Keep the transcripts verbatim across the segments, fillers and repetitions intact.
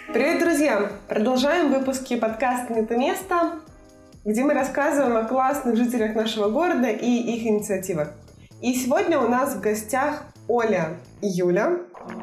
Привет, друзья! Продолжаем выпуски подкаста «Не то место», где мы рассказываем о классных жителях нашего города и их инициативах. И сегодня у нас в гостях Оля и Юля.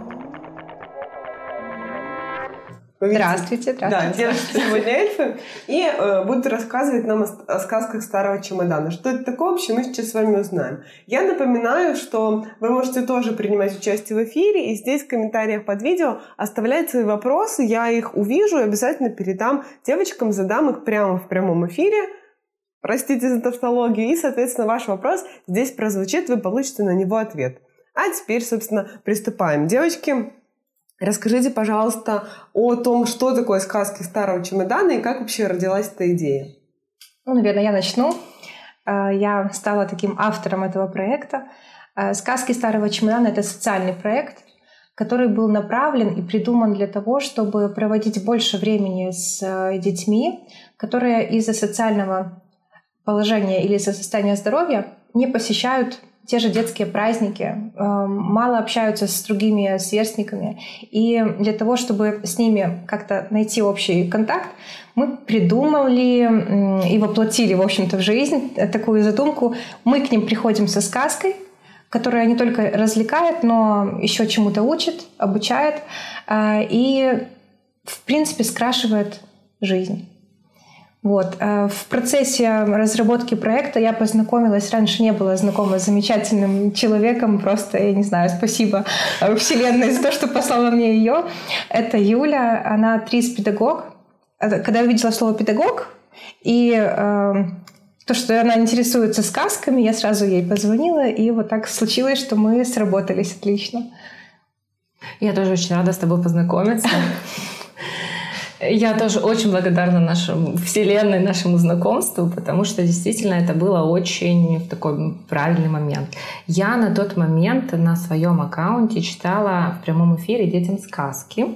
Здравствуйте, здравствуйте. Да, девушки сегодня эльфы. И э, будут рассказывать нам о, о сказках старого чемодана. Что это такое вообще, мы сейчас с вами узнаем. Я напоминаю, что вы можете тоже принимать участие в эфире. И здесь в комментариях под видео оставлять свои вопросы. Я их увижу и обязательно передам девочкам, задам их прямо в прямом эфире. Простите за тавтологию. И, соответственно, ваш вопрос здесь прозвучит, вы получите на него ответ. А теперь, собственно, приступаем. Девочки, расскажите, пожалуйста, о том, что такое сказки старого чемодана и как вообще родилась эта идея. Ну, наверное, я начну. Я стала таким автором этого проекта. Сказки старого чемодана — это социальный проект, который был направлен и придуман для того, чтобы проводить больше времени с детьми, которые из-за социального положения или из-за состояния здоровья не посещают те же детские праздники, мало общаются с другими сверстниками. И для того, чтобы с ними как-то найти общий контакт, мы придумали и воплотили, в общем-то, в жизнь такую задумку. Мы к ним приходим со сказкой, которая не только развлекает, но еще чему-то учит, обучает и, в принципе, скрашивает жизнь. Вот. В процессе разработки проекта я познакомилась, раньше не была знакома с замечательным человеком, просто, я не знаю, спасибо Вселенной за то, что послала мне ее. Это Юля, она ТРИС-педагог. Когда я увидела слово «педагог» и э, то, что она интересуется сказками, я сразу ей позвонила, и вот так случилось, что мы сработались отлично. Я тоже очень рада с тобой познакомиться. Я тоже очень благодарна нашему Вселенной, нашему знакомству, потому что действительно это было очень такой правильный момент. Я на тот момент на своем аккаунте читала в прямом эфире детям сказки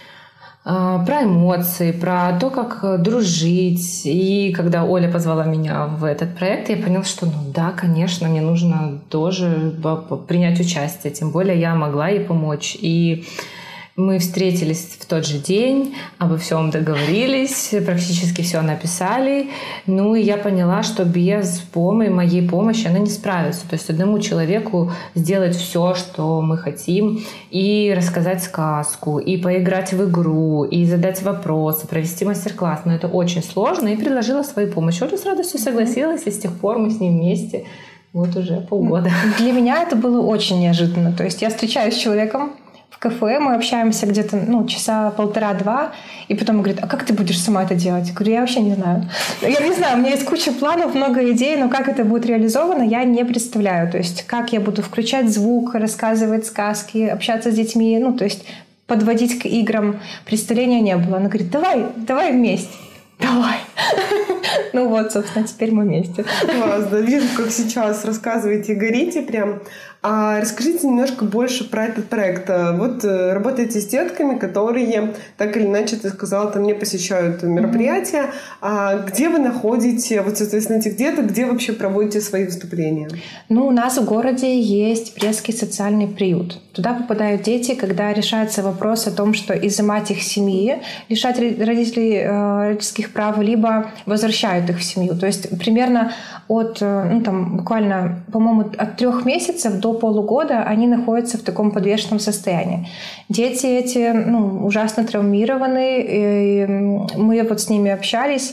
про эмоции, про то, как дружить. И когда Оля позвала меня в этот проект, я поняла, что ну да, конечно, мне нужно тоже принять участие, тем более я могла ей помочь. И мы встретились в тот же день, обо всем договорились, практически все написали. Ну и я поняла, что без помощи, моей помощи она не справится. То есть одному человеку сделать все, что мы хотим, и рассказать сказку, и поиграть в игру, и задать вопросы, провести мастер-класс. Но это очень сложно, и предложила свою помощь. Оля с радостью согласилась, и с тех пор мы с ней вместе вот уже полгода. Для меня это было очень неожиданно. То есть я встречаюсь с человеком в кафе, мы общаемся где-то ну, часа полтора-два, и потом он говорит: а как ты будешь сама это делать? Я говорю: я вообще не знаю. Я не знаю, у меня есть куча планов, много идей, но как это будет реализовано, я не представляю. То есть как я буду включать звук, рассказывать сказки, общаться с детьми, ну то есть подводить к играм. Представления не было. Она говорит: давай, давай вместе. Давай. Ну вот, собственно, теперь мы вместе. Класс, да, вижу, как сейчас рассказываете и горите прям. А расскажите немножко больше про этот проект. Вот работаете с детками, которые, так или иначе, ты сказала, там не посещают мероприятия. Mm-hmm. А где вы находите, вот, соответственно, этих деток, где вообще проводите свои выступления? Ну, у нас в городе есть Брестский социальный приют. Туда попадают дети, когда решается вопрос о том, что изымать их семьи, лишать родителей э, родительских прав, либо возвращают их в семью. То есть примерно от, ну, там, буквально, по-моему, от трех месяцев до полугода они находятся в таком подвешенном состоянии. Дети эти ну, ужасно травмированы, и мы вот с ними общались,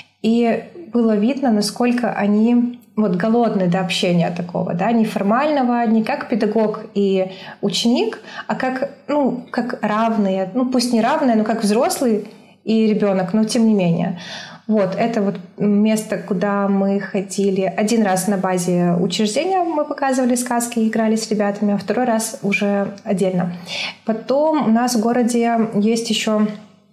и было видно, насколько они вот голодны до общения такого, да, неформального, не как педагог и ученик, а как, ну, как равные, ну пусть не равные, но как взрослый и ребенок, но тем не менее. Вот, это вот место, куда мы ходили один раз на базе учреждения, мы показывали сказки, играли с ребятами, а второй раз уже отдельно. Потом у нас в городе есть еще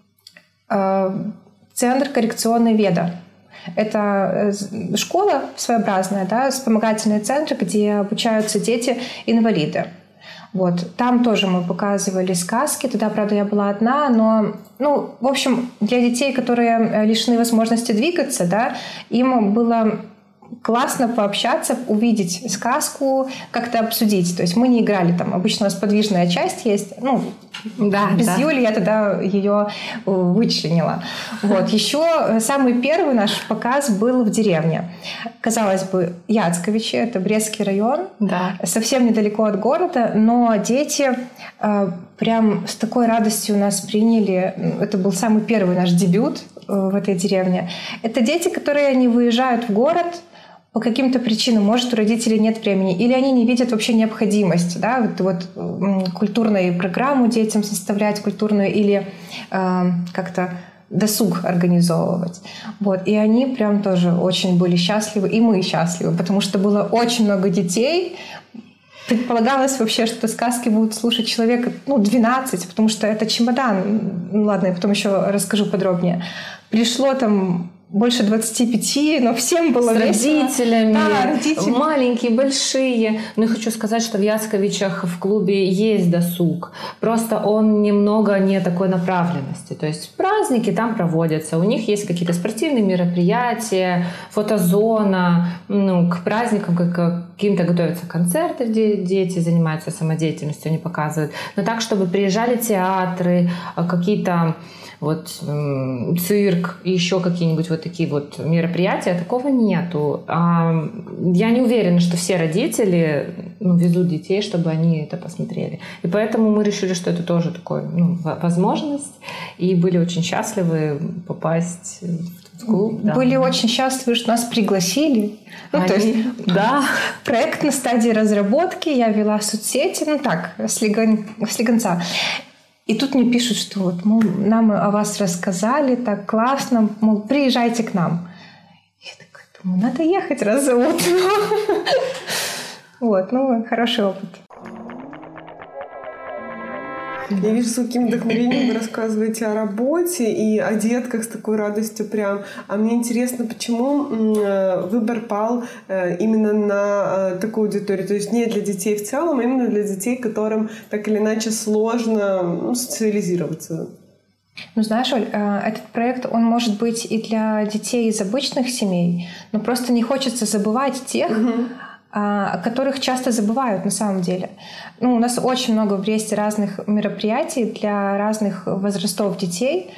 э, центр коррекционной веда. Это школа своеобразная, да, вспомогательный центр, где обучаются дети-инвалиды. Вот. Там тоже мы показывали сказки. Тогда, правда, я была одна, но, ну, в общем, для детей, которые лишены возможности двигаться, да, им было классно пообщаться, увидеть сказку, как-то обсудить. То есть мы не играли там. Обычно у нас подвижная часть есть. Ну, да, без да. Юли я тогда ее вычленила. Вот. Еще самый первый наш показ был в деревне. Казалось бы, Яцковичи, это Брестский район, да. совсем недалеко от города, но дети э, прям с такой радостью нас приняли. Это был самый первый наш дебют в этой деревне. Это дети, которые не выезжают в город по каким-то причинам. Может, у родителей нет времени, или они не видят вообще необходимость, да, вот, вот культурную программу детям составлять, культурную, или э, как-то досуг организовывать. Вот. И они прям тоже очень были счастливы, и мы счастливы, потому что было очень много детей. Предполагалось вообще, что сказки будут слушать человека, ну, двенадцать, потому что это чемодан. Ну, ладно, я потом еще расскажу подробнее. Пришло там больше двадцати пяти, но всем было с весело. Родителями, да, родители. Маленькие, большие. Но я хочу сказать, что в Яцковичах в клубе есть досуг. Просто он немного не такой направленности. То есть праздники там проводятся. У них есть какие-то спортивные мероприятия, фотозона. Ну, к праздникам к каким-то готовятся концерты, где дети занимаются самодеятельностью, они показывают. Но так, чтобы приезжали театры, какие-то вот цирк и еще какие-нибудь вот такие вот мероприятия, такого нету. А я не уверена, что все родители, ну, везут детей, чтобы они это посмотрели. И поэтому мы решили, что это тоже такая, ну, возможность, и были очень счастливы попасть в клуб. Да. Были очень счастливы, что нас пригласили. Ну, они, то есть, да. Проект на стадии разработки, я вела соцсети, ну так, слегон, слегонца. И тут мне пишут, что вот, мол, нам о вас рассказали, так классно, мол, приезжайте к нам. Я такая думаю, надо ехать, раз зовут. Вот, ну, хороший опыт. Я вижу, с каким вдохновением вы рассказываете о работе и о детках с такой радостью прям. А мне интересно, почему выбор пал именно на такую аудиторию? То есть не для детей в целом, а именно для детей, которым так или иначе сложно, ну, социализироваться. Ну, знаешь, Оль, этот проект, он может быть и для детей из обычных семей, но просто не хочется забывать тех, угу. о которых часто забывают на самом деле. Ну, у нас очень много в Бресте разных мероприятий для разных возрастов детей.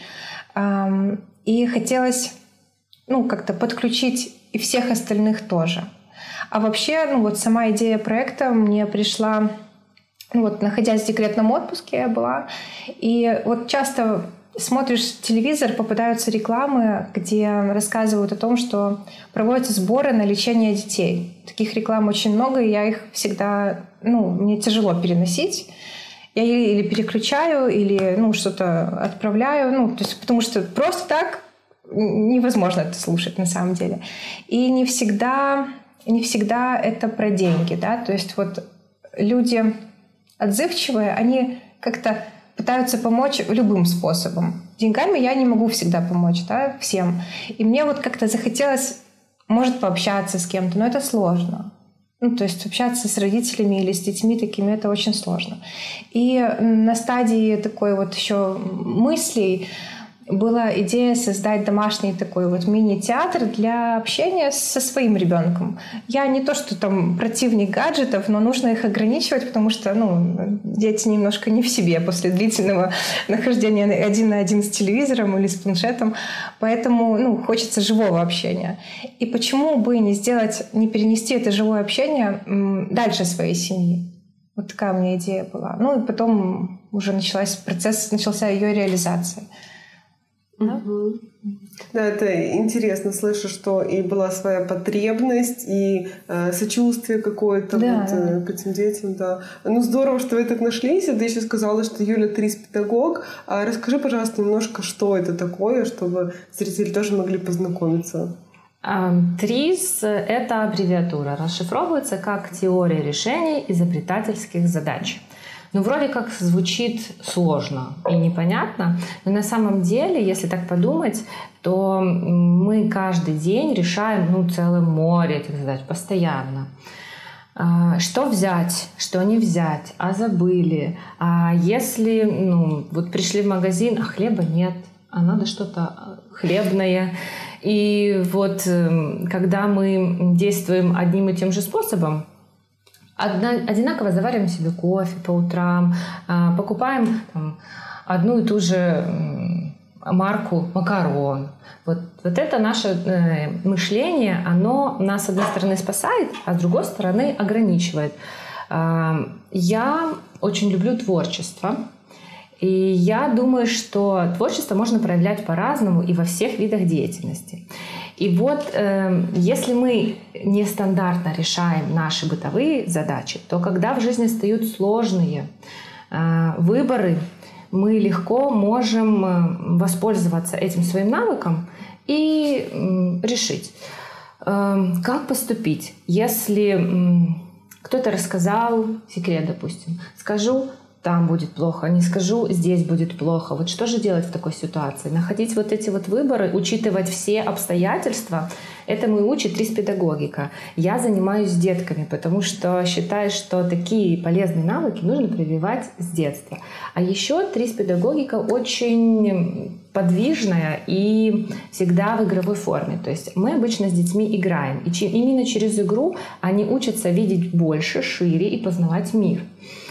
И хотелось, ну, как-то подключить и всех остальных тоже. А вообще, ну, вот сама идея проекта мне пришла, ну, вот, находясь в декретном отпуске я была. И вот часто смотришь телевизор, попадаются рекламы, где рассказывают о том, что проводятся сборы на лечение детей. Таких реклам очень много, и я их всегда, ну, мне тяжело переносить. Я или переключаю, или, ну, что-то отправляю, ну, то есть, потому что просто так невозможно это слушать на самом деле. И не всегда, не всегда это про деньги, да, то есть вот люди отзывчивые, они как-то пытаются помочь любым способом. Деньгами я не могу всегда помочь, да, всем. И мне вот как-то захотелось, может, пообщаться с кем-то, но это сложно. Ну, то есть общаться с родителями или с детьми такими, это очень сложно. И на стадии такой вот еще мыслей была идея создать домашний такой вот мини-театр для общения со своим ребенком. Я не то, что там противник гаджетов, но нужно их ограничивать, потому что, ну, дети немножко не в себе после длительного нахождения один на один с телевизором или с планшетом. Поэтому, ну, хочется живого общения. И почему бы не сделать, не перенести это живое общение дальше своей семьи? Вот такая у меня идея была. Ну и потом уже началась процесс, начался ее реализация. Да? Угу. Да, это интересно, слышу, что и была своя потребность, и э, сочувствие какое-то, да, вот, э, к этим детям. Да. Ну, здорово, что вы так нашлись. Ты еще сказала, что Юля трис-педагог. А расскажи, пожалуйста, немножко, что это такое, чтобы зрители тоже могли познакомиться. трис — это аббревиатура. Расшифровывается как «Теория решений изобретательских задач». Ну, вроде как звучит сложно и непонятно, но на самом деле, если так подумать, то мы каждый день решаем, ну, целое море этих задач постоянно. Что взять, что не взять, а забыли, а если, ну, вот пришли в магазин, а хлеба нет, а надо что-то хлебное. И вот когда мы действуем одним и тем же способом, одна, одинаково завариваем себе кофе по утрам, покупаем там, одну и ту же марку макарон. Вот, вот это наше э, мышление, оно нас, с одной стороны, спасает, а с другой стороны, ограничивает. Э, я очень люблю творчество. И я думаю, что творчество можно проявлять по-разному и во всех видах деятельности. И вот э, если мы нестандартно решаем наши бытовые задачи, то когда в жизни встают сложные э, выборы, мы легко можем воспользоваться этим своим навыком и э, решить, э, как поступить, если э, кто-то рассказал секрет, допустим, скажу, там будет плохо, не скажу, здесь будет плохо. Вот что же делать в такой ситуации? Находить вот эти вот выборы, учитывать все обстоятельства. Этому и учит ТРИС-педагогика. Я занимаюсь с детками, потому что считаю, что такие полезные навыки нужно прививать с детства. А еще ТРИС-педагогика очень подвижная и всегда в игровой форме. То есть мы обычно с детьми играем. И именно через игру они учатся видеть больше, шире и познавать мир.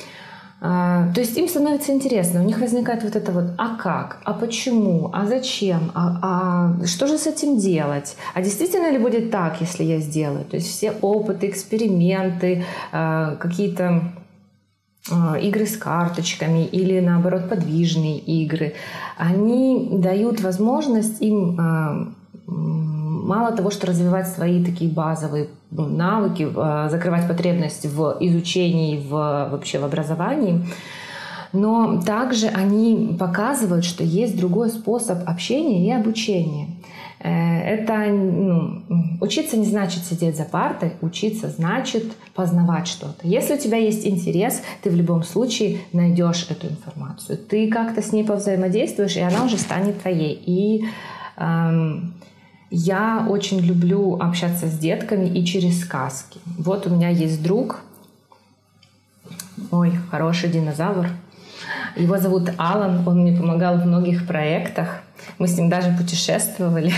То есть им становится интересно, у них возникает вот это вот «а как?», «а почему?», «а зачем?», «а, а что же с этим делать?», «а действительно ли будет так, если я сделаю?». То есть все опыты, эксперименты, какие-то игры с карточками или, наоборот, подвижные игры, они дают возможность им мало того, что развивать свои такие базовые навыки, закрывать потребность в изучении, в, вообще в образовании, но также они показывают, что есть другой способ общения и обучения. Это, ну, учиться не значит сидеть за партой, учиться значит познавать что-то. Если у тебя есть интерес, ты в любом случае найдешь эту информацию. Ты как-то с ней повзаимодействуешь, и она уже станет твоей. И эм, я очень люблю общаться с детками и через сказки. Вот у меня есть друг, мой хороший динозавр. Его зовут Алан, он мне помогал в многих проектах. Мы с ним даже путешествовали.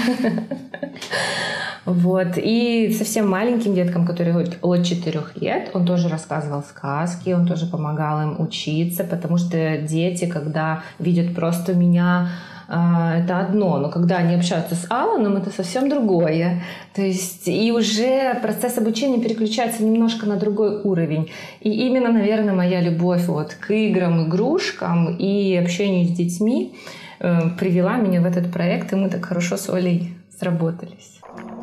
Вот. И совсем маленьким деткам, которые от четырех лет, он тоже рассказывал сказки, он тоже помогал им учиться, потому что дети, когда видят просто меня, это одно, но когда они общаются с Аланом, это совсем другое. То есть и уже процесс обучения переключается немножко на другой уровень. И именно, наверное, моя любовь вот к играм, игрушкам и общению с детьми э, привела меня в этот проект, и мы так хорошо с Олей сработались.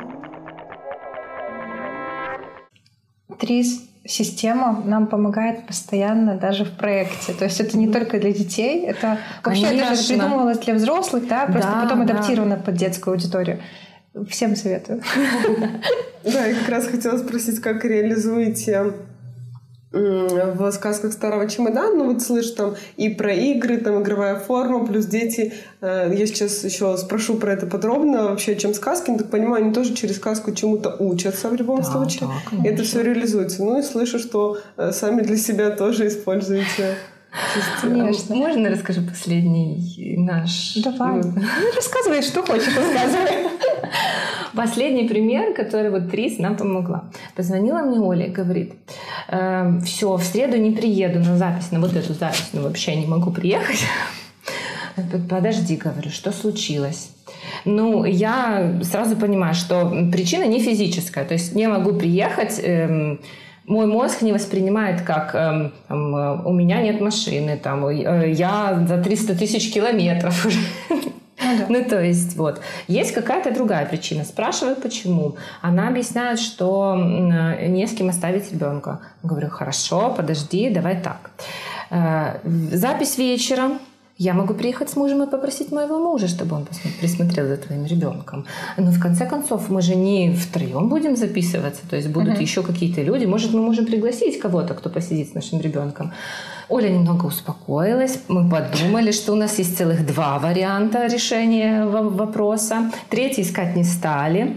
ТРИС-система нам помогает постоянно даже в проекте. То есть это не только для детей, это вообще Конечно. даже придумывалось для взрослых, да, просто да, потом да. адаптировано под детскую аудиторию. Всем советую. Да, я как раз хотела спросить, как реализуете в сказках старого чемодана, ну вот слышь, там и про игры, там игровая форма, плюс дети. Я сейчас еще спрошу про это подробно, вообще о чем сказки, но так понимаю, они тоже через сказку чему-то учатся в любом да, случае. Да, и это все реализуется. Ну и слышу, что сами для себя тоже используете. Конечно. Можно расскажу последний наш... Давай. Ну, рассказывай, что хочешь, рассказывай. Последний пример, который вот ТРИС нам помогла. Позвонила мне Оля и говорит, э, все, в среду не приеду на запись, на вот эту запись, ну вообще не могу приехать. Подожди, говорю, что случилось? Ну, я сразу понимаю, что причина не физическая, то есть не могу приехать, э, мой мозг не воспринимает как э, там, э, у меня нет машины, там, э, я за триста тысяч километров уже. Ну, да. Ну, то есть, вот. Есть какая-то другая причина. Спрашиваю, почему. Она объясняет, что э, не с кем оставить ребенка. Говорю, хорошо, подожди, давай так. Э, запись вечером. Я могу приехать с мужем и попросить моего мужа, чтобы он присмотрел за твоим ребенком. Но в конце концов мы же не втроем будем записываться, то есть будут uh-huh. еще какие-то люди. Может, мы можем пригласить кого-то, кто посидит с нашим ребенком. Оля немного успокоилась. Мы подумали, что у нас есть целых два варианта решения вопроса. Третий искать не стали.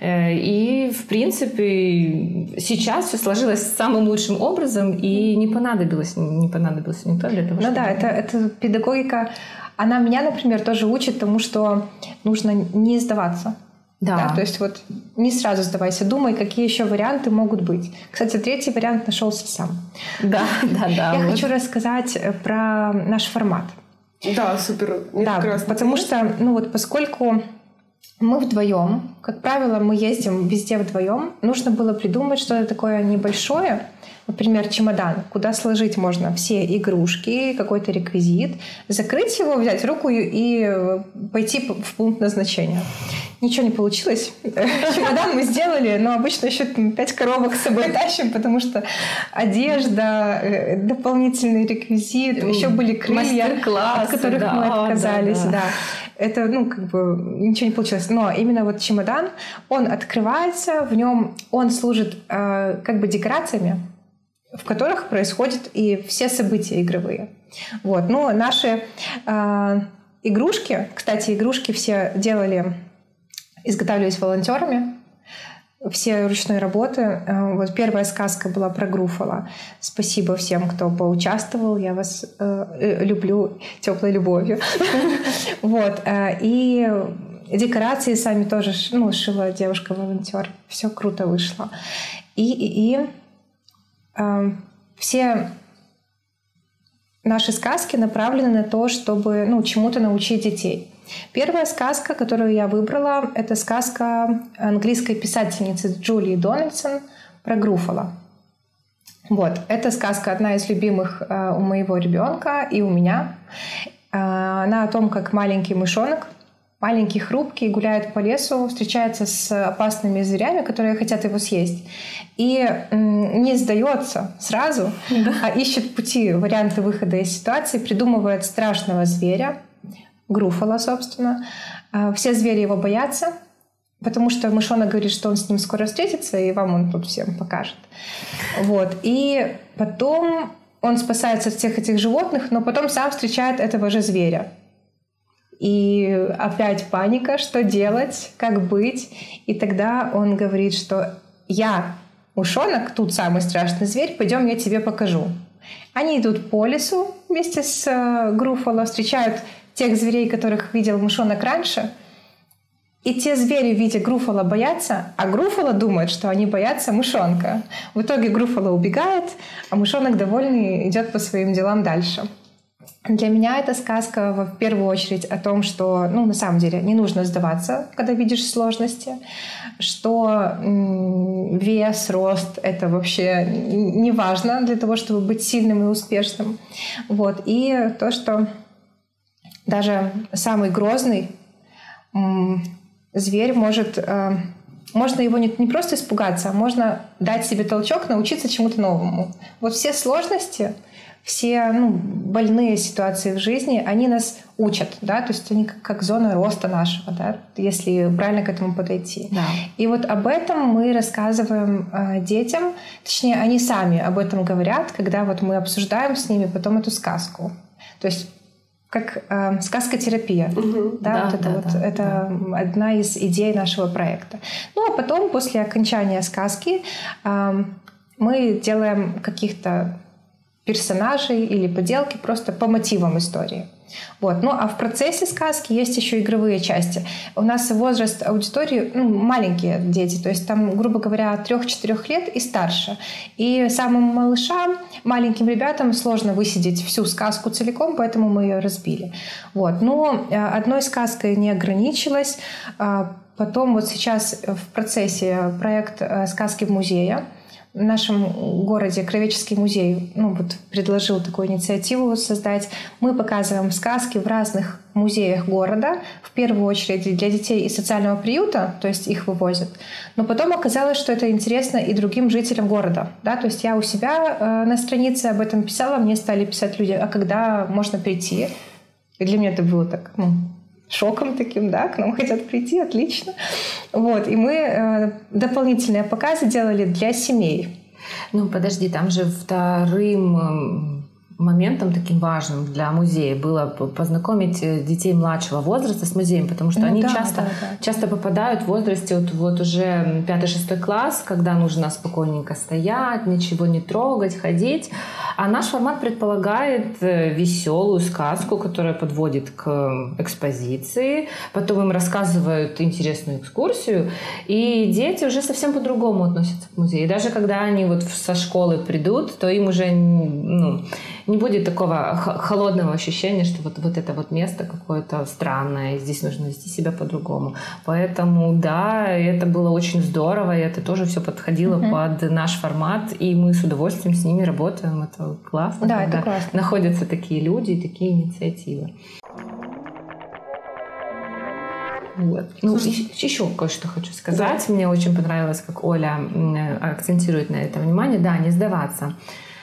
И, в принципе, сейчас все сложилось самым лучшим образом, и не понадобилось, не понадобилось никто для того, ну чтобы... да, это, это педагогика, она меня, например, тоже учит тому, что нужно не сдаваться. Да. Да, то есть вот не сразу сдавайся, думай, какие еще варианты могут быть. Кстати, третий вариант нашелся сам. Да, да, да. Я вот. хочу рассказать про наш формат. Да, супер. Мне да, потому что, ну вот, поскольку мы вдвоем, как правило, мы ездим везде вдвоем, нужно было придумать что-то такое небольшое, например, чемодан, куда сложить можно все игрушки, какой-то реквизит, закрыть его, взять руку и пойти в пункт назначения. Ничего не получилось. Чемодан мы сделали, но обычно еще пять коробок с собой тащим, потому что одежда, дополнительный реквизит, еще были крылья, от которых да, мы отказались. Да, да. Да. Это, ну, как бы ничего не получилось. Но именно вот чемодан, он открывается, в нем он служит э, как бы декорациями, в которых происходят и все события игровые. Вот. Ну, наши э, игрушки, кстати, игрушки все делали, изготавливались волонтерами, все ручной работы. Вот первая сказка была про Груффало. Спасибо всем, кто поучаствовал. Я вас э, люблю теплой любовью. Вот. И декорации сами тоже ну, шила девушка-волонтер. Все круто вышло. И, и, и э, все наши сказки направлены на то, чтобы ну, чему-то научить детей. Первая сказка, которую я выбрала, это сказка английской писательницы Джулии Дональдсон про Груффало. Вот. Эта сказка одна из любимых э, у моего ребенка и у меня. Э, она о том, как маленький мышонок, маленький, хрупкий, гуляет по лесу, встречается с опасными зверями, которые хотят его съесть. И э, не сдается сразу, да. а ищет пути, варианты выхода из ситуации, придумывает страшного зверя, Груффало, собственно. Все звери его боятся, потому что мышонок говорит, что он с ним скоро встретится, и вам он тут всем покажет. Вот. И потом он спасается от всех этих животных, но потом сам встречает этого же зверя. И опять паника, что делать, как быть. И тогда он говорит, что я, мышонок, тут самый страшный зверь, пойдем, я тебе покажу. Они идут по лесу вместе с Груффало, встречают тех зверей, которых видел мышонок раньше. И те звери в виде Груффало боятся, а Груффало думает, что они боятся мышонка. В итоге Груффало убегает, а мышонок довольный идет по своим делам дальше. Для меня эта сказка в первую очередь о том, что ну, на самом деле не нужно сдаваться, когда видишь сложности, что м- вес, рост — это вообще не важно для того, чтобы быть сильным и успешным. Вот. И то, что даже самый грозный м- зверь может... Э- можно его не, не просто испугаться, а можно дать себе толчок, научиться чему-то новому. Вот все сложности, все ну, больные ситуации в жизни, они нас учат, да, то есть они как, как зона роста нашего, да, если правильно к этому подойти. Да. И вот об этом мы рассказываем э, детям, точнее, они сами об этом говорят, когда вот мы обсуждаем с ними потом эту сказку. То есть как э, сказкотерапия. Угу. Да, да, вот это, да, вот, да, это да. одна из идей нашего проекта. Ну, а потом, после окончания сказки, э, мы делаем каких-то персонажей или поделки просто по мотивам истории. Вот. Ну, а в процессе сказки есть еще игровые части. У нас возраст аудитории ну, маленькие дети, то есть там, грубо говоря, от трёх-четырёх лет и старше. И самым малышам, маленьким ребятам сложно высидеть всю сказку целиком, поэтому мы ее разбили. Вот. Но одной сказкой не ограничилась. Потом вот сейчас в процессе проект «Сказки в музее». В нашем городе Кровеческий музей ну, вот, предложил такую инициативу создать. Мы показываем сказки в разных музеях города, в первую очередь для детей из социального приюта, то есть их вывозят. Но потом оказалось, что это интересно и другим жителям города. Да? То есть я у себя э, на странице об этом писала, мне стали писать люди, а когда можно прийти? И для меня это было так... Ну, шоком таким, да, к нам хотят прийти, отлично. Вот, и мы э, дополнительные показы делали для семей. Ну, подожди, там же вторым моментом таким важным для музея было познакомить детей младшего возраста с музеем, потому что ну, они да, часто, да, да. часто попадают в возрасте вот, вот уже пятый-шестой класс, когда нужно спокойненько стоять, ничего не трогать, ходить. А наш формат предполагает веселую сказку, которая подводит к экспозиции, потом им рассказывают интересную экскурсию, и дети уже совсем по-другому относятся к музею. И даже когда они вот со школы придут, то им уже ну, не будет такого холодного ощущения, что вот, вот это вот место какое-то странное, и здесь нужно вести себя по-другому. Поэтому, да, это было очень здорово, и это тоже все подходило mm-hmm. под наш формат, и мы с удовольствием с ними работаем. Это классно, да, когда это классно. Находятся такие люди и такие инициативы. Вот. Ну, еще кое-что хочу сказать. Да. Мне очень понравилось, как Оля акцентирует на это внимание. Да, не сдаваться.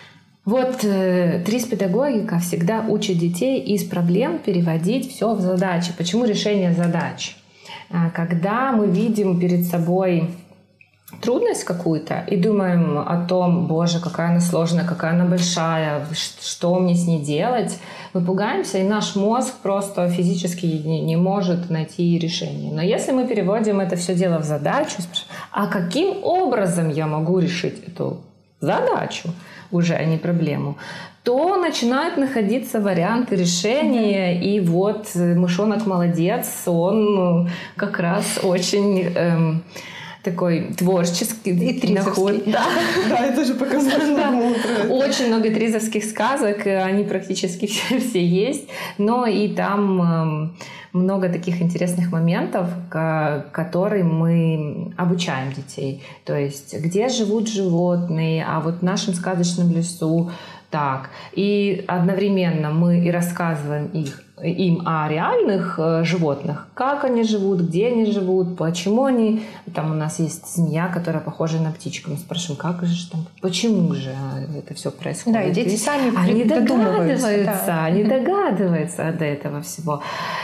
Вот э, ТРИЗ-педагогика всегда учит детей из проблем переводить все в задачи. Почему решение задач? Когда мы видим перед собой трудность какую-то и думаем о том, боже, какая она сложная, какая она большая, что мне с ней делать, мы пугаемся, и наш мозг просто физически не, не может найти решение. Но если мы переводим это все дело в задачу, а каким образом я могу решить эту задачу, уже, а не проблему, то начинают находиться варианты решения, mm-hmm. и вот мышонок молодец, он как раз очень эм, такой творческий. И тризовский. Да. Да, это же показательно. Очень много тризовских сказок, они практически все, все есть, но и там много таких интересных моментов, которые мы обучаем детей. То есть, где живут животные, а вот в нашем сказочном лесу так. И одновременно мы и рассказываем их, им о реальных э, животных, как они живут, где они живут, почему они... Там у нас есть змея, которая похожа на птичку. Мы спрашиваем, как же там, почему же это все происходит. Да, и дети сами они догадываются, да. они догадываются до этого всего.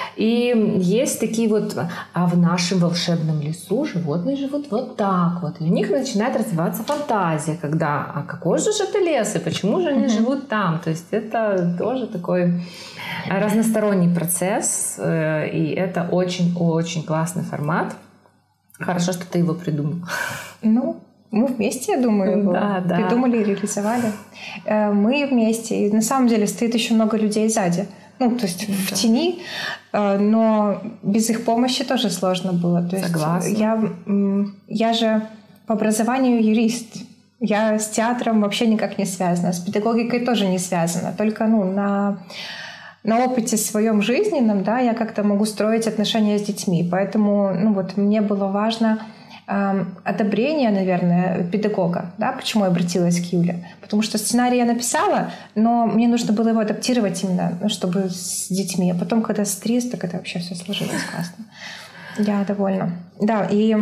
И есть такие вот... А в нашем волшебном лесу животные живут вот так вот. И у них начинает развиваться фантазия, когда... А какой же это лес, и почему же они mm-hmm. живут там? То есть это тоже такой... разносторонний процесс, и это очень-очень классный формат. Хорошо, что ты его придумал. Ну, мы вместе, я думаю, его да, да. придумали и реализовали. Мы вместе, и на самом деле стоит еще много людей сзади. Ну, то есть да. в тени, но без их помощи тоже сложно было. То есть Согласна. Я, я же по образованию юрист. Я с театром вообще никак не связана, с педагогикой тоже не связана. Только ну, на... на опыте своем жизненном, да, я как-то могу строить отношения с детьми. Поэтому, ну вот, мне было важно э, одобрение, наверное, педагога. Да, почему я обратилась к Юле? Потому что сценарий я написала, но мне нужно было его адаптировать именно, ну, чтобы с детьми. А потом, когда с ТРИЗ, так это вообще все сложилось классно. Я довольна. Да, и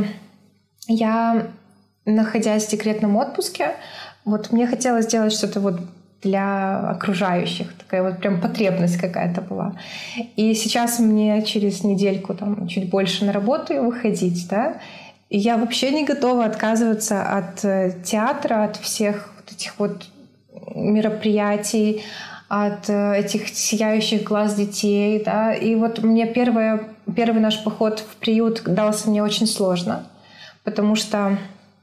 я, находясь в декретном отпуске, вот мне хотелось сделать что-то вот для окружающих. Такая вот прям потребность какая-то была. И сейчас мне через недельку, там, чуть больше на работу выходить, да, и я вообще не готова отказываться от театра, от всех вот этих вот мероприятий, от этих сияющих глаз детей, да. И вот мне первое, первый наш поход в приют дался мне очень сложно, потому что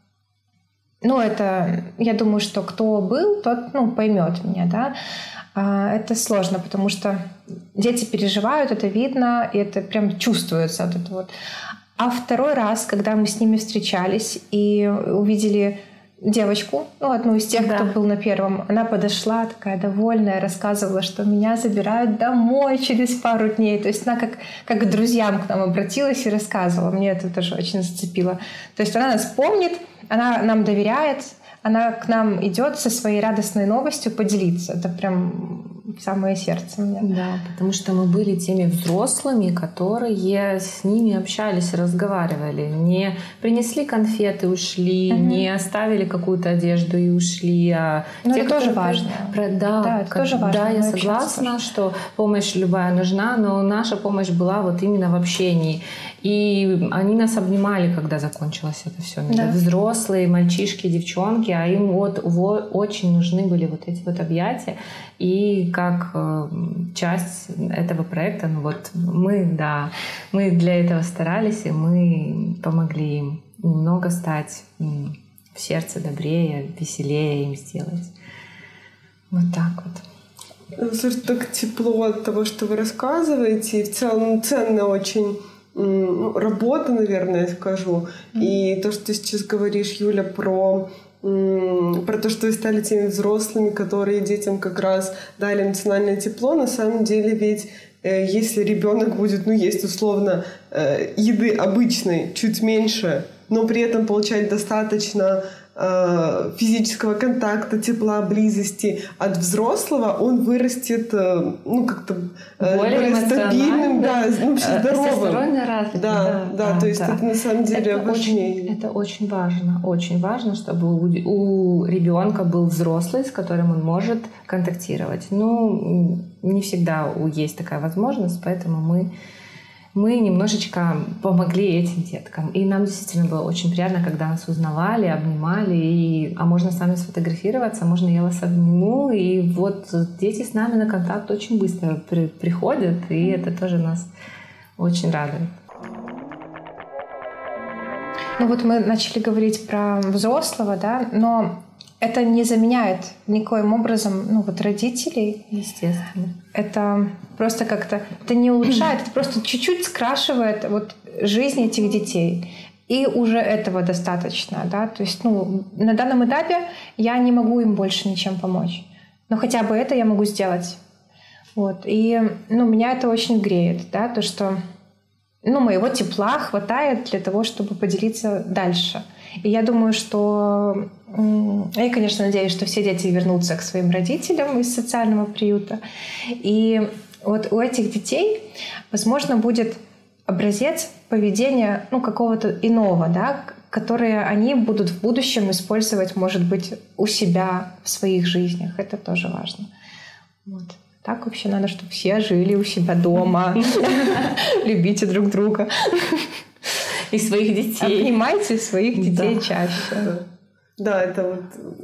ну, это, я думаю, что кто был, тот, ну, поймет меня, да. А, это сложно, потому что дети переживают, это видно, и это прям чувствуется. Вот это вот. А второй раз, когда мы с ними встречались и увидели девочку, ну, одну из тех, да. кто был на первом, она подошла такая довольная, рассказывала, что меня забирают домой через пару дней. То есть она как, как к друзьям к нам обратилась и рассказывала. Мне это тоже очень зацепило. То есть она нас помнит, она нам доверяет, она к нам идет со своей радостной новостью поделиться. Это прям в самое сердце мне. Да, потому что мы были теми взрослыми, которые с ними общались, разговаривали. Не принесли конфеты, ушли, угу. не оставили какую-то одежду и ушли. А Но те, это тоже важно. Про... Да, да, это как... тоже важно. Да, я согласна, что помощь любая нужна, но наша помощь была вот именно в общении. И они нас обнимали, когда закончилось это все. Да. Взрослые, мальчишки, девчонки, а им вот, вот очень нужны были вот эти вот объятия. И как э, часть этого проекта, ну вот мы, да, мы для этого старались, и мы помогли им немного стать м, в сердце добрее, веселее им сделать. Вот так вот. Слушай, так тепло от того, что вы рассказываете, и в целом ценно очень м, работа, наверное, я скажу. Mm-hmm. И то, что ты сейчас говоришь, Юля, про про то, что вы стали теми взрослыми, которые детям как раз дали эмоциональное тепло. На самом деле ведь э, если ребенок будет, ну, есть условно э, еды обычной чуть меньше, но при этом получать достаточно э, физического контакта, тепла, близости от взрослого, он вырастет, э, ну, как-то э, более стабильным, да, ну, здоровым. Всесторонне развитым. Да, да, да, да, то есть да. это на самом деле это важнее. Очень, это очень важно, очень важно, чтобы у, у ребенка был взрослый, с которым он может контактировать. Ну, не всегда есть такая возможность, поэтому мы Мы немножечко помогли этим деткам. И нам действительно было очень приятно, когда нас узнавали, обнимали. И, а можно с нами сфотографироваться, можно я вас обниму. И вот дети с нами на контакт очень быстро при, приходят. И это тоже нас очень радует. Ну вот мы начали говорить про взрослого, да, но это не заменяет никоим образом, ну вот, родителей. Естественно. Это просто как-то, это не улучшает, это просто чуть-чуть скрашивает вот жизнь этих детей. И уже этого достаточно, да. То есть, ну, на данном этапе я не могу им больше ничем помочь. Но хотя бы это я могу сделать. Вот. И, ну, меня это очень греет, да, то, что, ну, моего тепла хватает для того, чтобы поделиться дальше. И я думаю, что... Я, конечно, надеюсь, что все дети вернутся к своим родителям из социального приюта. И вот у этих детей, возможно, будет образец поведения, ну, какого-то иного, да, которые они будут в будущем использовать, может быть, у себя в своих жизнях. Это тоже важно. Вот. Так вообще надо, чтобы все жили у себя дома. Любите друг друга. И своих детей. Обнимайте своих детей да. чаще. Да, это вот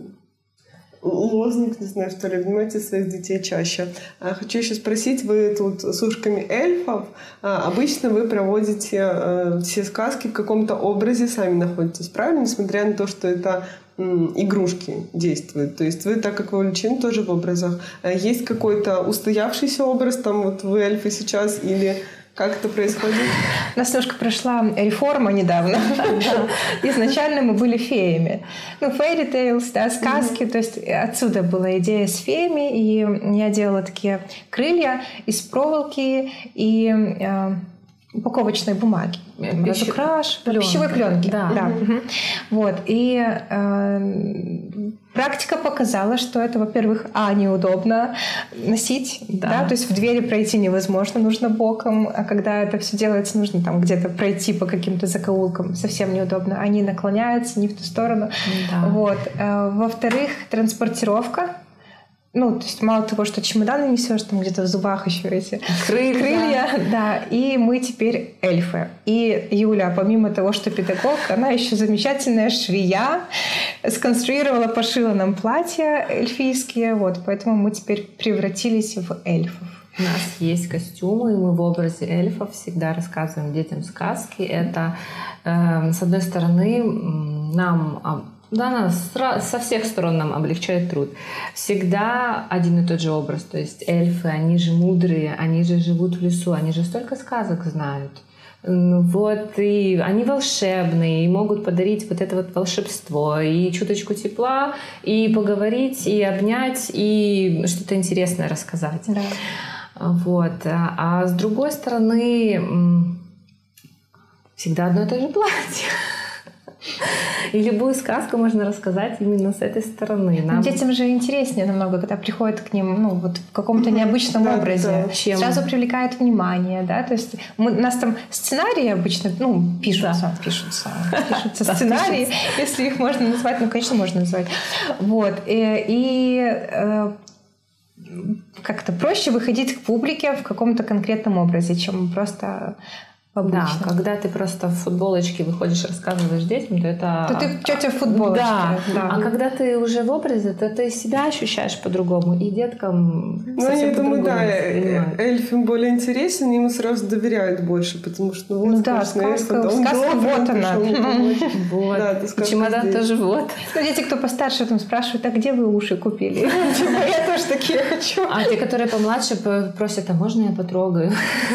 лозунг, не знаю, что ли, обнимайте своих детей чаще. Хочу еще спросить, вы тут с ушками эльфов, обычно вы проводите все сказки в каком-то образе, сами находитесь, правильно? Несмотря на то, что это игрушки действуют. То есть вы, так как вы увлечены тоже в образах, есть какой-то устоявшийся образ, там вот вы эльфы сейчас или... Как это происходит? У нас немножко прошла реформа недавно. Изначально мы были феями. Ну, fairy tales, да, сказки. Mm-hmm. То есть отсюда была идея с феями. И я делала такие крылья из проволоки и э, упаковочной бумаги. Разукрашивала. Пищевой пленки. Да. да. Mm-hmm. Вот. И э, практика показала, что это, во-первых, а, неудобно носить, да. Да, то есть в двери пройти невозможно, нужно боком, а когда это все делается, нужно там где-то пройти по каким-то закоулкам, совсем неудобно. Они наклоняются не в ту сторону. Да. Вот. Во-вторых, транспортировка. Ну, то есть мало того, что чемоданы несешь, там где-то в зубах еще эти крылья. крылья да. И мы теперь эльфы. И Юля, помимо того, что педагог, она еще замечательная швея, сконструировала, пошила нам платья эльфийские. Вот, поэтому мы теперь превратились в эльфов. У нас есть костюмы, и мы в образе эльфов всегда рассказываем детям сказки. Это, э, с одной стороны, нам... Да, она со всех сторон нам облегчает труд. Всегда один и тот же образ. То есть эльфы, они же мудрые, они же живут в лесу, они же столько сказок знают. Вот, и они волшебные, и могут подарить вот это вот волшебство, и чуточку тепла, и поговорить, и обнять, и что-то интересное рассказать. Да. Вот. А с другой стороны, всегда одно и то же платье. И любую сказку можно рассказать именно с этой стороны. Нам... Детям же интереснее намного, когда приходят к ним, ну, вот в каком-то необычном да, образе. Да. Чем... Сразу привлекает внимание, да, то есть мы, у нас там сценарии обычно, ну, пишутся, да. пишутся, пишутся сценарии, если их можно назвать, ну, конечно, можно назвать. Вот. И, и как-то проще выходить к публике в каком-то конкретном образе, чем просто... Обычно. Да, когда ты просто в футболочке выходишь, рассказываешь детям, то это... То ты тетя в футболочке. Да. да. А когда ты уже в образе, то ты себя ощущаешь по-другому, и деткам ну, совсем я думаю, по-другому да, воспринимают. эльф им более интересен, ему сразу доверяют больше, потому что ну, вот, ну да, сказка, эльф, сказка вот она. Вот. Да, чемодан тоже вот. Ну, дети, кто постарше, там спрашивают, а где вы уши купили? Я тоже такие хочу. А те, которые помладше, просят, а можно я потрогаю?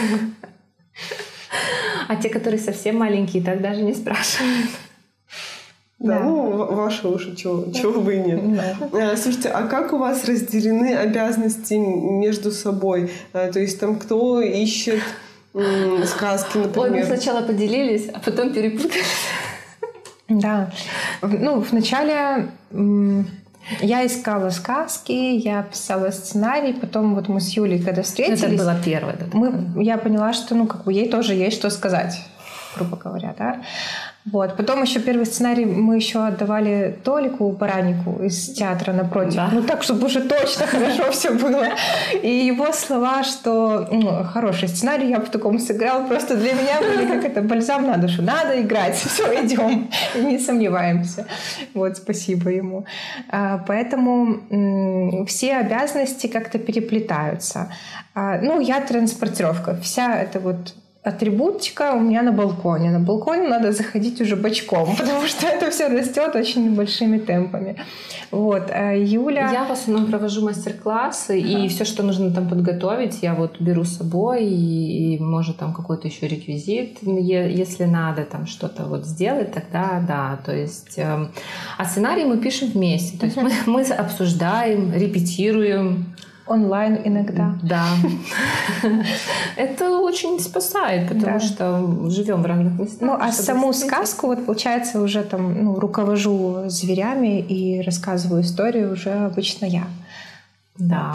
А те, которые совсем маленькие, так даже не спрашивают. Да, да. ну, ваши уши, чего, чего бы и нет. Да. Слушайте, а как у вас разделены обязанности между собой? То есть там кто ищет м- сказки, например? Ой, мы сначала поделились, а потом перепутались. Да. Ну, вначале... М- Я искала сказки, я писала сценарий, потом вот мы с Юлей, когда встретились... Это было первое. Да, мы, я поняла, что ну, как бы ей тоже есть что сказать, грубо говоря, да. Вот. Потом еще первый сценарий мы еще отдавали Толику Баранику из театра напротив. Да. Ну так, чтобы уже точно хорошо все было. И его слова, что ну, хороший сценарий, я бы в таком сыграл, просто для меня были как это бальзам на душу. Надо играть, все, идем, не сомневаемся. Вот, спасибо ему. Поэтому м- все обязанности как-то переплетаются. Ну, я транспортировка. Вся эта вот атрибутика у меня на балконе. На балконе надо заходить уже бочком, потому что это все растет очень большими темпами. Вот. А Юля... Я в основном провожу мастер-классы, ага. и все, что нужно там подготовить, я вот беру с собой, и, и может там какой-то еще реквизит, если надо там что-то вот сделать, тогда да. То есть, э, а сценарий мы пишем вместе. То есть ага. мы, мы обсуждаем, репетируем. Онлайн иногда. Да. Это очень спасает, потому да. что живем в разных местах. Ну, а саму сказку, вот получается, уже там ну, руковожу зверями и рассказываю историю уже обычно я. Да.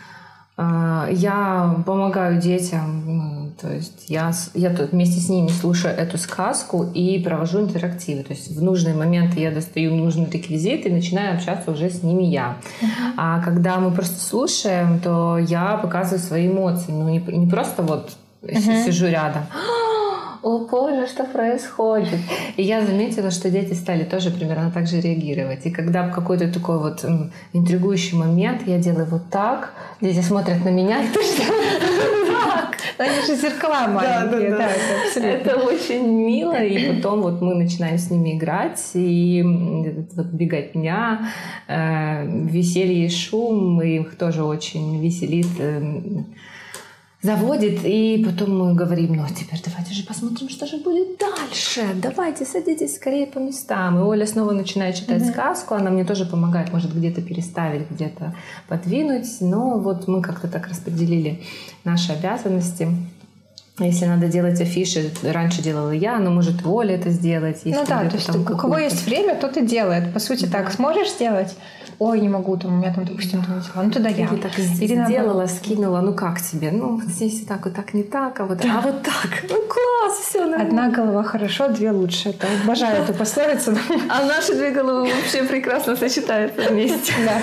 Я помогаю детям, то есть я, я тут вместе с ними слушаю эту сказку и провожу интерактивы. То есть в нужный момент я достаю нужный реквизит и начинаю общаться уже с ними я. Uh-huh. А когда мы просто слушаем, то я показываю свои эмоции. Ну, не, не просто вот uh-huh. сижу рядом. О боже, что происходит? И я заметила, что дети стали тоже примерно так же реагировать. И когда в какой-то такой вот м, интригующий момент я делаю вот так, дети смотрят на меня и тоже так. Они же зеркала маленькие. Да, да, да. Это очень мило. И потом вот мы начинаем с ними играть, и вот беготня, э, веселье и шум, и их тоже очень веселит, э, заводит, и потом мы говорим, ну, теперь давайте же посмотрим, что же будет дальше. Давайте, садитесь скорее по местам. И Оля снова начинает читать mm-hmm. сказку, она мне тоже помогает, может, где-то переставить, где-то подвинуть. Но вот мы как-то так распределили наши обязанности. Если надо делать афиши, раньше делала я, но может и Оля это сделать. Ну да, то есть у кого есть время, тот и делает. По сути, да. так, сможешь сделать? Ой, не могу, там, у меня там, допустим, там дела. Ну, тогда я. Или так Или сделала, надо... скинула, ну как тебе? Ну, здесь вот так, вот так, не так, а вот, а вот так. Ну, класс, все нормально. Одна голова хорошо, две лучше. Это, обожаю эту пословицу. А наши две головы вообще прекрасно сочетаются вместе. Да.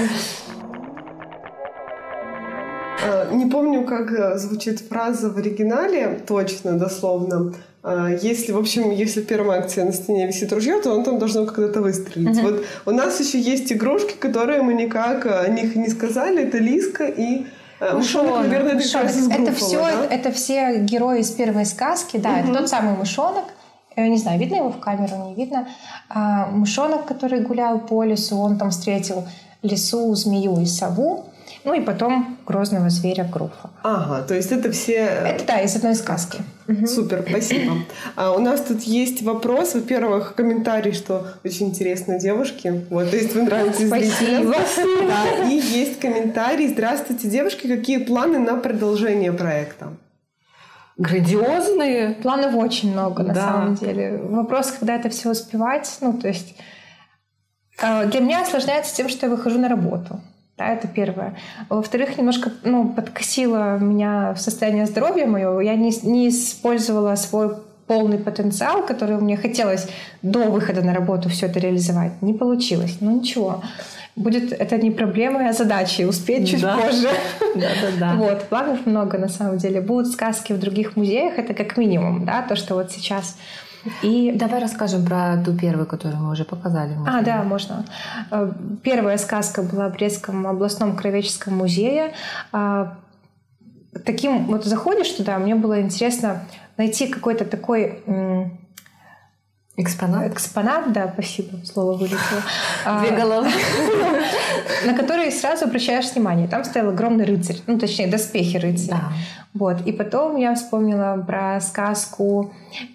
Не помню, как звучит фраза в оригинале, точно, дословно. Если, в общем, если в первом акте на стене висит ружье, то он там должно когда-то выстрелить. Uh-huh. Вот у нас еще есть игрушки, которые мы никак о них не сказали. Это Лиска и мышонок, наверное, это как раз из Груффало, это все, да? это все герои из первой сказки. Да, uh-huh. это тот самый мышонок. Я не знаю, видно его в камеру, не видно. А, мышонок, который гулял по лесу, он там встретил лису, змею и сову. Ну и потом грозного зверя Груффа. Ага, то есть это все... Это да, из одной сказки. Супер, спасибо. А у нас тут есть вопрос. Во-первых, комментарий, что очень интересные девушки. Вот, то есть вы нравитесь зрителям. Спасибо. Да, и есть комментарий. Здравствуйте, девушки. Какие планы на продолжение проекта? грандиозные. Планов очень много, на да. самом деле. Вопрос, когда это все успевать, ну, то есть для меня осложняется тем, что я выхожу на работу. Да, это первое. Во-вторых, немножко ну, подкосило меня состояние здоровья мое. Я не, не использовала свой полный потенциал, который мне хотелось до выхода на работу все это реализовать. Не получилось. Ну ничего. Будет это не проблема, а задача. Успеть чуть да. позже. Да-да-да. Вот. Планов много на самом деле. Будут сказки в других музеях. Это как минимум, да, то, что вот сейчас. И давай расскажем про ту первую, которую мы уже показали. А, да, можно. Первая сказка была в Брестском областном краеведческом музее. Таким вот заходишь туда, мне было интересно найти какой-то такой экспонат. Экспонат, да, спасибо, слово вылетело. Две головы. На который сразу обращаешь внимание. Там стоял огромный рыцарь, ну, точнее, доспехи рыцаря. Да. Вот. И потом я вспомнила про сказку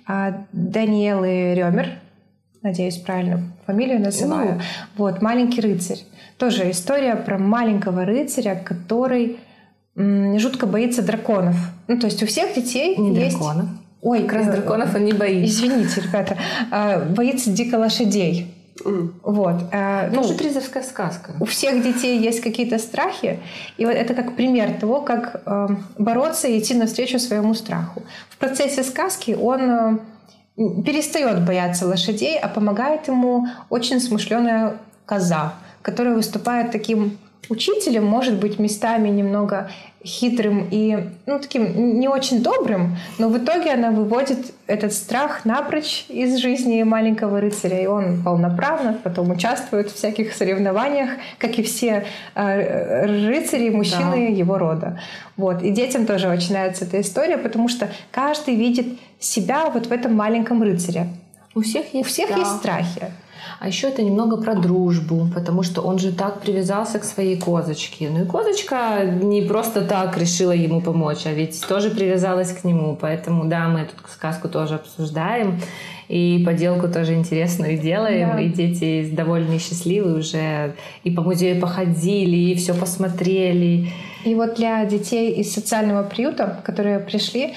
Даниэлы Рёмер. Надеюсь, правильно фамилию называю. Ну. Вот, «Маленький рыцарь». Тоже история про маленького рыцаря, который м, жутко боится драконов. Ну, то есть у всех детей не есть... драконов. Ой, как раз драконов он не боится. Извините, ребята. Боится дико лошадей. Mm. Вот. Ну, тоже тризовская сказка. У всех детей есть какие-то страхи. И вот это как пример того, как э, бороться и идти навстречу своему страху. В процессе сказки он э, перестает бояться лошадей, а помогает ему очень смышленая коза, которая выступает таким учителем, может быть, местами немного хитрым и ну, таким не очень добрым, но в итоге она выводит этот страх напрочь из жизни маленького рыцаря, и он полноправно потом участвует в всяких соревнованиях, как и все э, рыцари, мужчины да. его рода. Вот. И детям тоже очень нравится эта история, потому что каждый видит себя вот в этом маленьком рыцаре. У всех есть, У всех страх. есть страхи. А еще это немного про дружбу, потому что он же так привязался к своей козочке. Ну и козочка не просто так решила ему помочь, а ведь тоже привязалась к нему. Поэтому да, мы эту сказку тоже обсуждаем. И поделку тоже интересную делаем. Да. И дети довольны и счастливы уже. И по музею походили, и все посмотрели. И вот для детей из социального приюта, которые пришли,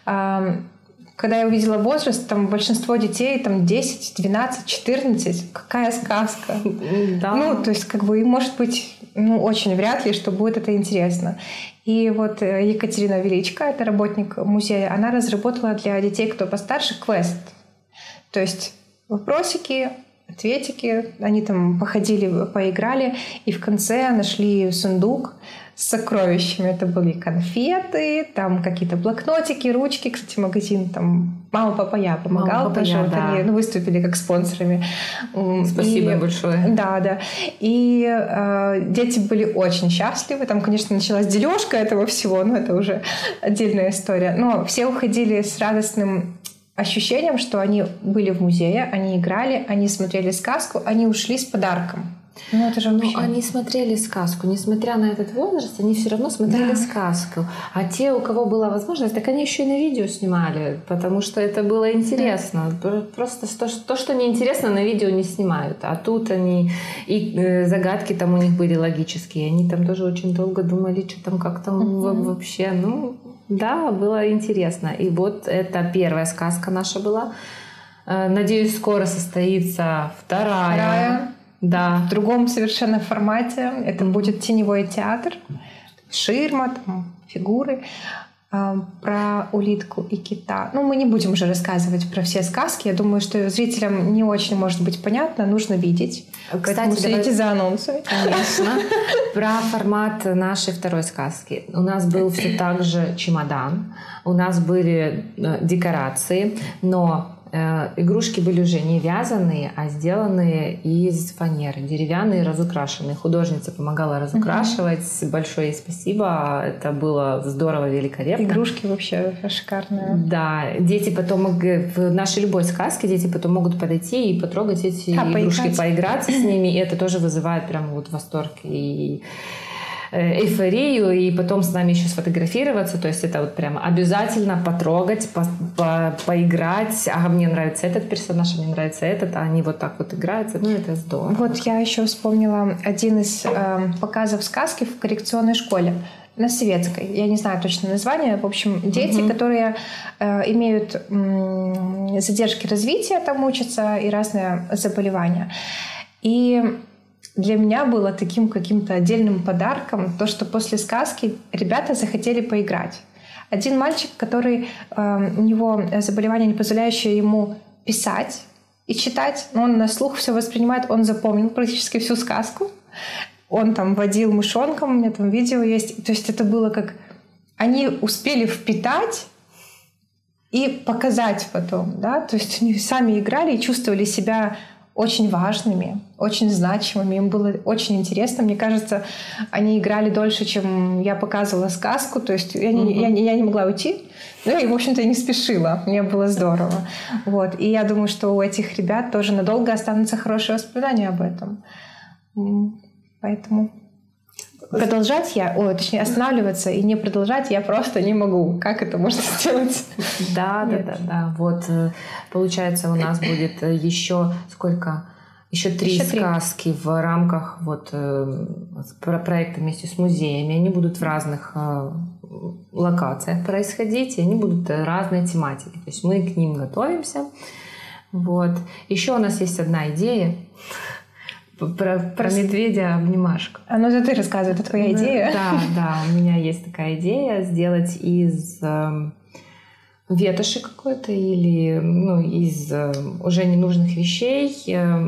когда я увидела возраст, там большинство детей там десять, двенадцать, четырнадцать. Какая сказка? Да. Ну, то есть, как бы, может быть, ну, очень вряд ли, что будет это интересно. И вот Екатерина Величко, это работник музея, она разработала для детей, кто постарше, квест. То есть вопросики, ответики. Они там походили, поиграли, и в конце нашли сундук с сокровищами. Это были конфеты, там какие-то блокнотики, ручки. Кстати, магазин там «Мама, папа, я» помогал. Мама, тоже. Я, Вот да. они ну, выступили как спонсорами. Спасибо и, большое. Да, да. И э, дети были очень счастливы. Там, конечно, началась дележка этого всего, но это уже отдельная история. Но все уходили с радостным ощущением, что они были в музее, они играли, они смотрели сказку, они ушли с подарком. Ну, это же вообще... Но они смотрели сказку. Несмотря на этот возраст, они все равно смотрели да. сказку. А те, у кого была возможность, так они еще и на видео снимали, потому что это было интересно. Да. Просто то, то, что неинтересно, на видео не снимают. А тут они... И э, загадки там у них были логические. Они там тоже очень долго думали, что там, как там uh-huh. вообще. Ну, да, было интересно. И вот это первая сказка наша была. Надеюсь, скоро состоится вторая. Вторая. Да. В другом совершенно формате. Это будет теневой театр, ширма, там, фигуры. Про улитку и кита. Ну, мы не будем уже рассказывать про все сказки. Я думаю, что зрителям не очень может быть понятно. Нужно видеть. Кстати, поэтому следите за анонсами. Конечно. Про формат нашей второй сказки. У нас был все так же чемодан. У нас были декорации. Но игрушки были уже не вязаные, а сделанные из фанеры, деревянные, разукрашенные. Художница помогала разукрашивать. Uh-huh. Большое ей спасибо. Это было здорово, великолепно. Игрушки вообще шикарные. Да. Дети потом, в нашей любой сказке, дети потом могут подойти и потрогать эти а, игрушки, поиграть. поиграться с ними. И это тоже вызывает прям вот восторг и эйфорию, и потом с нами еще сфотографироваться. То есть это вот прямо обязательно потрогать, по, по, поиграть. А мне нравится этот персонаж, а мне нравится этот. А они вот так вот играются. Ну, это здорово. Вот я еще вспомнила один из э, показов сказки в коррекционной школе. на советской, я не знаю точно название, в общем, дети, uh-huh. которые э, имеют м, задержки развития, там учатся, и разные заболевания. И для меня было таким каким-то отдельным подарком то, что после сказки ребята захотели поиграть. Один мальчик, который, э, у него заболевание, не позволяющее ему писать и читать, но он на слух все воспринимает, он запомнил практически всю сказку. Он там водил мышонком, у меня там видео есть. То есть это было как... Они успели впитать и показать потом, да? То есть они сами играли и чувствовали себя очень важными, очень значимыми. Им было очень интересно. Мне кажется, они играли дольше, чем я показывала сказку. То есть я, mm-hmm. не, я, я не могла уйти. Ну и, в общем-то, не спешила. Мне было здорово. Вот. И я думаю, что у этих ребят тоже надолго останутся хорошие воспоминания об этом. Поэтому продолжать я, ой, точнее останавливаться и не продолжать я просто не могу. Как это можно сделать? Да, да, да, да. Вот получается у нас будет еще сколько? Еще три еще сказки три. В рамках вот проекта вместе с музеями. Они будут в разных локациях происходить, и они будут разные тематики. То есть мы к ним готовимся. Вот. Еще у нас есть одна идея. Про, про медведя-обнимашку. А ну это ты рассказывай, это твоя идея? Да, да, у меня есть такая идея сделать из э, ветоши какой-то или ну, из э, уже ненужных вещей э,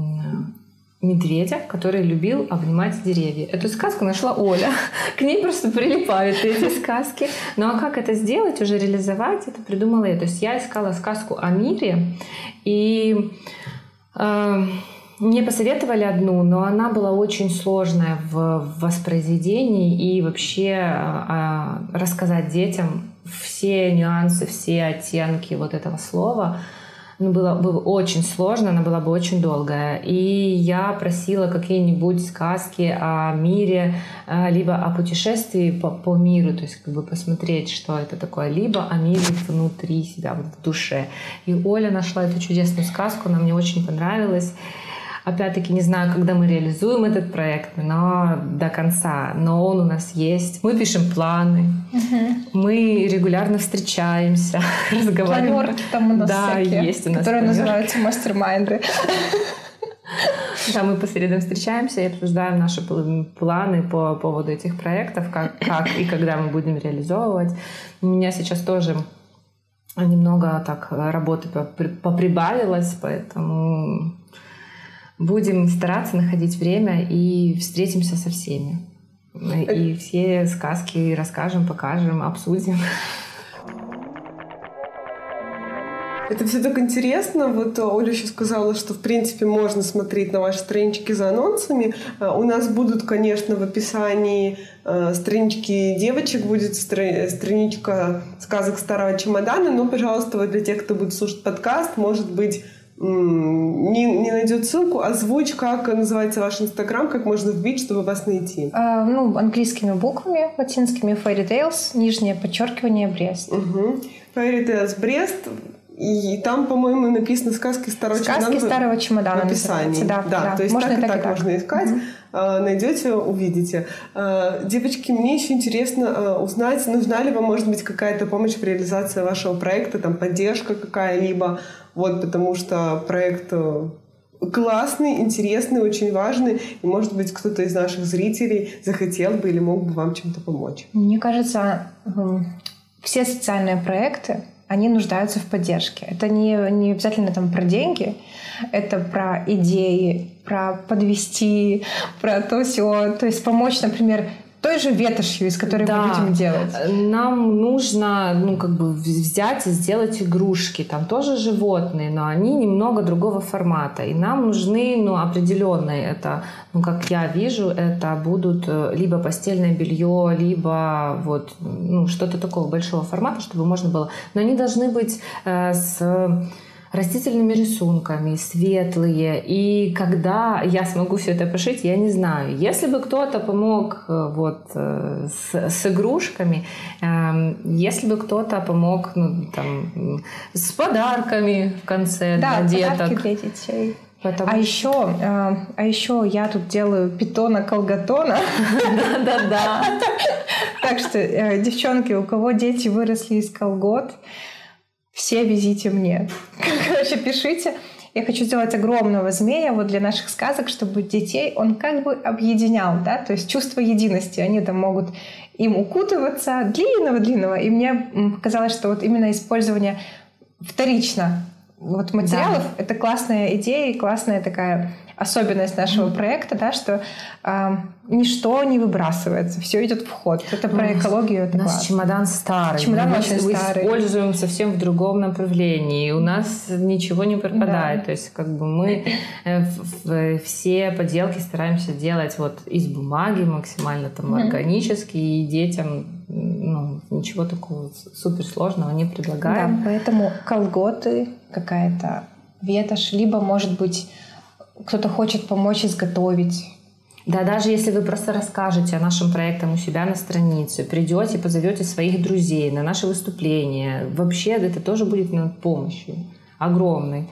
медведя, который любил обнимать деревья. Эту сказку нашла Оля. К ней просто прилипают эти сказки. Ну а как это сделать, уже реализовать, это придумала я. То есть я искала сказку о мире, и э, мне посоветовали одну, но она была очень сложная в воспроизведении, и вообще э, рассказать детям все нюансы, все оттенки вот этого слова ну, было, было очень сложно, она была бы очень долгая. И я просила какие-нибудь сказки о мире, э, либо о путешествии по, по миру, то есть как бы посмотреть, что это такое, либо о мире внутри себя, вот в душе. И Оля нашла эту чудесную сказку, она мне очень понравилась. Опять-таки, не знаю, когда мы реализуем этот проект, но до конца. Но он у нас есть. Мы пишем планы. Угу. Мы регулярно встречаемся, разговариваем. Планерки там у нас да, всякие, есть у нас которые планерки. Называются мастер-майнды. Да, мы по средам встречаемся и обсуждаем наши планы по поводу этих проектов, как, как и когда мы будем реализовывать. У меня сейчас тоже немного так работы поприбавилось, поэтому... Будем стараться находить время и встретимся со всеми. И все сказки расскажем, покажем, обсудим. Это все так интересно. Вот Оля еще сказала, что в принципе можно смотреть на ваши странички за анонсами. У нас будут, конечно, в описании странички девочек, будет страничка сказок старого чемодана. Но, пожалуйста, вот для тех, кто будет слушать подкаст, может быть, Не, не найдет ссылку, озвучь, как называется ваш инстаграм, как можно вбить, чтобы вас найти. А, ну, английскими буквами, латинскими Fairy Tales, нижнее подчеркивание Брест. Угу. Fairy Tales Брест. И там, по-моему, написано «Сказки старого Сказки чемодана». Сказки старого чемодана. В описании. Да, да, да. То есть можно так и так, так, и так можно искать. Угу. Найдете, увидите. Девочки, мне еще интересно узнать, нужна ли вам, может быть, какая-то помощь в реализации вашего проекта, там, поддержка какая-либо. Вот, потому что проект классный, интересный, очень важный. И, может быть, кто-то из наших зрителей захотел бы или мог бы вам чем-то помочь. Мне кажется, все социальные проекты, они нуждаются в поддержке. Это не, не обязательно там про деньги, это про идеи, про подвести, про то все. То есть помочь, например, той же ветошью, из которой да. мы будем делать. Нам нужно, ну, как бы взять и сделать игрушки. Там тоже животные, но они немного другого формата. И нам нужны, ну, определенные, это, ну, как я вижу, это будут либо постельное белье, либо вот, ну, что-то такого большого формата, чтобы можно было. Но они должны быть э, с растительными рисунками, светлые. И когда я смогу все это пошить, я не знаю. Если бы кто-то помог вот, с, с игрушками, э, если бы кто-то помог ну, там, с подарками в конце да, для деток. Подарки для детей. Потому а, еще, э, а еще я тут делаю питона-колготона. Да-да-да. Так что, э, девчонки, у кого дети выросли из колгот, все везите мне. Короче, пишите. Я хочу сделать огромного змея вот для наших сказок, чтобы детей он как бы объединял, да, то есть чувство единости. Они там могут им укутываться длинного-длинного. И мне показалось, что вот именно использование вторично вот материалов — да. Это классная идея и классная такая особенность нашего mm-hmm. проекта, да, что э, ничто не выбрасывается, все идет в ход. Это про mm-hmm. экологию. Это у нас класс. Чемодан старый. Чемодан мы очень старый. Используем совсем в другом направлении. И у нас ничего не пропадает. Да. То есть как бы мы э, в, в, все поделки стараемся делать вот из бумаги максимально там mm-hmm. органически, и детям ну, ничего такого суперсложного не предлагаем. Да, поэтому колготы, какая-то ветошь, либо, может быть, кто-то хочет помочь изготовить. Да, даже если вы просто расскажете о нашем проекте у себя на странице, придете, позовете своих друзей на наше выступление, вообще это тоже будет нам помощью огромной.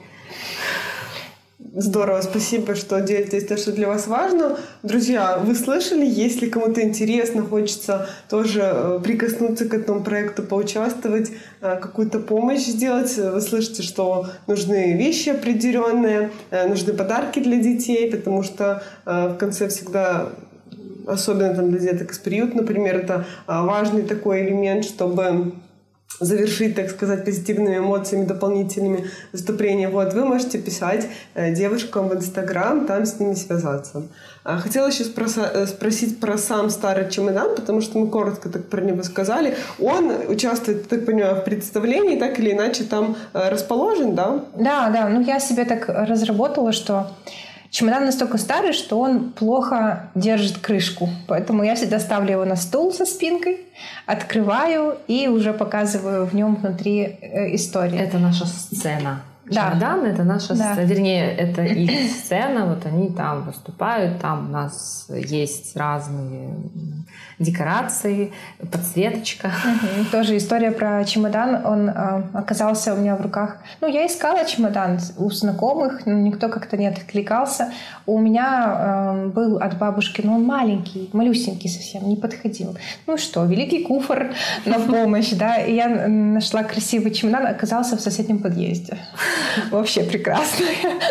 Здорово, спасибо, что делитесь то, что для вас важно. Друзья, вы слышали, если кому-то интересно, хочется тоже прикоснуться к этому проекту, поучаствовать, какую-то помощь сделать, вы слышите, что нужны вещи определенные, нужны подарки для детей, потому что в конце всегда, особенно там для деток из приюта, например, это важный такой элемент, чтобы завершить, так сказать, позитивными эмоциями дополнительными выступления. Вот, вы можете писать э, девушкам в Инстаграм, там с ними связаться. А, хотела еще спроса- спросить про сам старый чемодан, потому что мы коротко так про него сказали. Он участвует, так понимаю, в представлении, так или иначе там э, расположен, да? Да, да. Ну, я себе так разработала, что чемодан настолько старый, что он плохо держит крышку. Поэтому я всегда ставлю его на стул со спинкой, открываю и уже показываю в нем внутри э, истории. Это наша сцена. Да. Чемодан — это наша да. сцена. Вернее, это их сцена. Вот они там выступают. Там у нас есть разные декорации, подсветочка. Угу. Тоже история про чемодан. Он э, оказался у меня в руках. Ну, я искала чемодан у знакомых, но никто как-то не откликался. У меня э, был от бабушки, но он маленький, малюсенький совсем, не подходил. Ну что, великий куфр на помощь, да. И я нашла красивый чемодан, оказался в соседнем подъезде. Вообще прекрасно.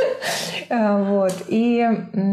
Вот. И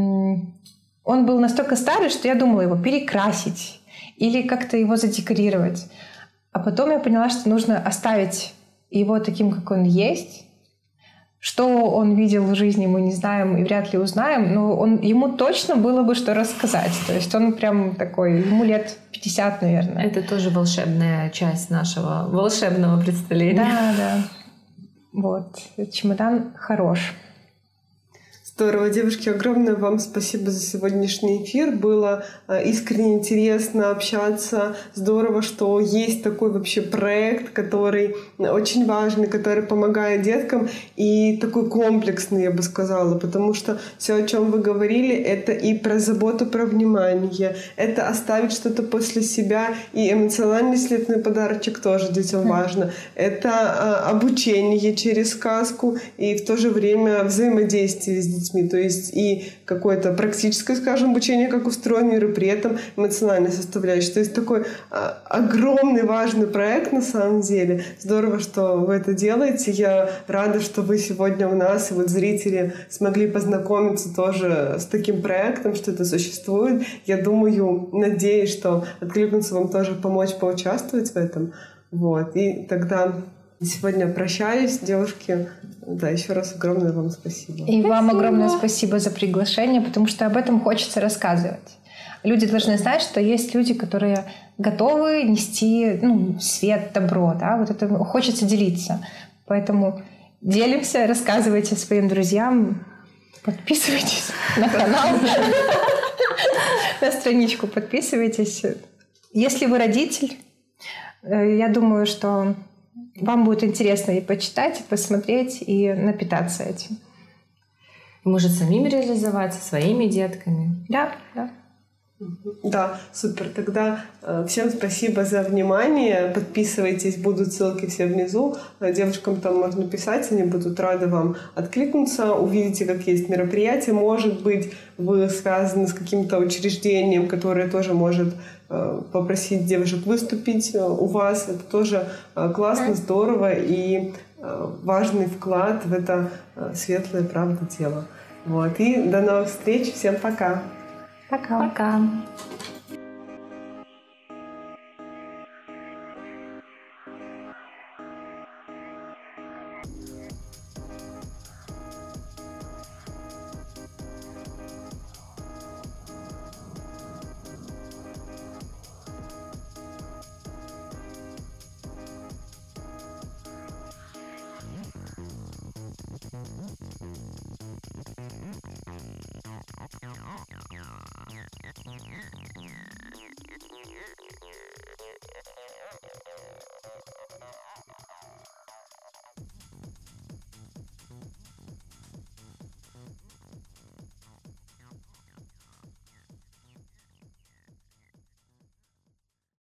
он был настолько старый, что я думала его перекрасить или как-то его задекорировать. А потом я поняла, что нужно оставить его таким, как он есть. Что он видел в жизни, мы не знаем и вряд ли узнаем, но он, ему точно было бы что рассказать. То есть он прям такой, ему лет пятьдесят, наверное. Это тоже волшебная часть нашего волшебного представления. Да, да. Вот. Чемодан хорош. Здорово, девушки, огромное вам спасибо за сегодняшний эфир. Было искренне интересно общаться. Здорово, что есть такой вообще проект, который очень важный, который помогает деткам и такой комплексный, я бы сказала, потому что все, о чем вы говорили, это и про заботу, про внимание, это оставить что-то после себя, и эмоциональный след, подарочек тоже детям важно. Это обучение через сказку и в то же время взаимодействие с детьми. То есть и какое-то практическое, скажем, обучение, как устроен мир, и при этом эмоциональная составляющая. То есть такой а, огромный, важный проект на самом деле. Здорово, что вы это делаете. Я рада, что вы сегодня у нас, и вот зрители смогли познакомиться тоже с таким проектом, что это существует. Я думаю, надеюсь, что откликнуться вам тоже помочь поучаствовать в этом. Вот. И тогда... Сегодня прощаюсь, девушки. Да, еще раз огромное вам спасибо. И спасибо. Вам огромное спасибо за приглашение, потому что об этом хочется рассказывать. Люди должны знать, что есть люди, которые готовы нести ну, свет, добро. Да? Вот это хочется делиться. Поэтому делимся, рассказывайте своим друзьям, подписывайтесь на канал, на страничку подписывайтесь. Если вы родитель, я думаю, что вам будет интересно и почитать, и посмотреть, и напитаться этим. Может, самим реализовать со своими детками. Да, да. Да, супер. Тогда э, всем спасибо за внимание. Подписывайтесь, будут ссылки все внизу. Э, девушкам там можно писать, они будут рады вам откликнуться. Увидите, как есть мероприятия. Может быть, вы связаны с каким-то учреждением, которое тоже может э, попросить девушек выступить э, у вас. Это тоже э, классно, здорово и э, важный вклад в это э, светлое, правда, дело. Вот. И до новых встреч. Всем пока. Пока. Пока. Yeah.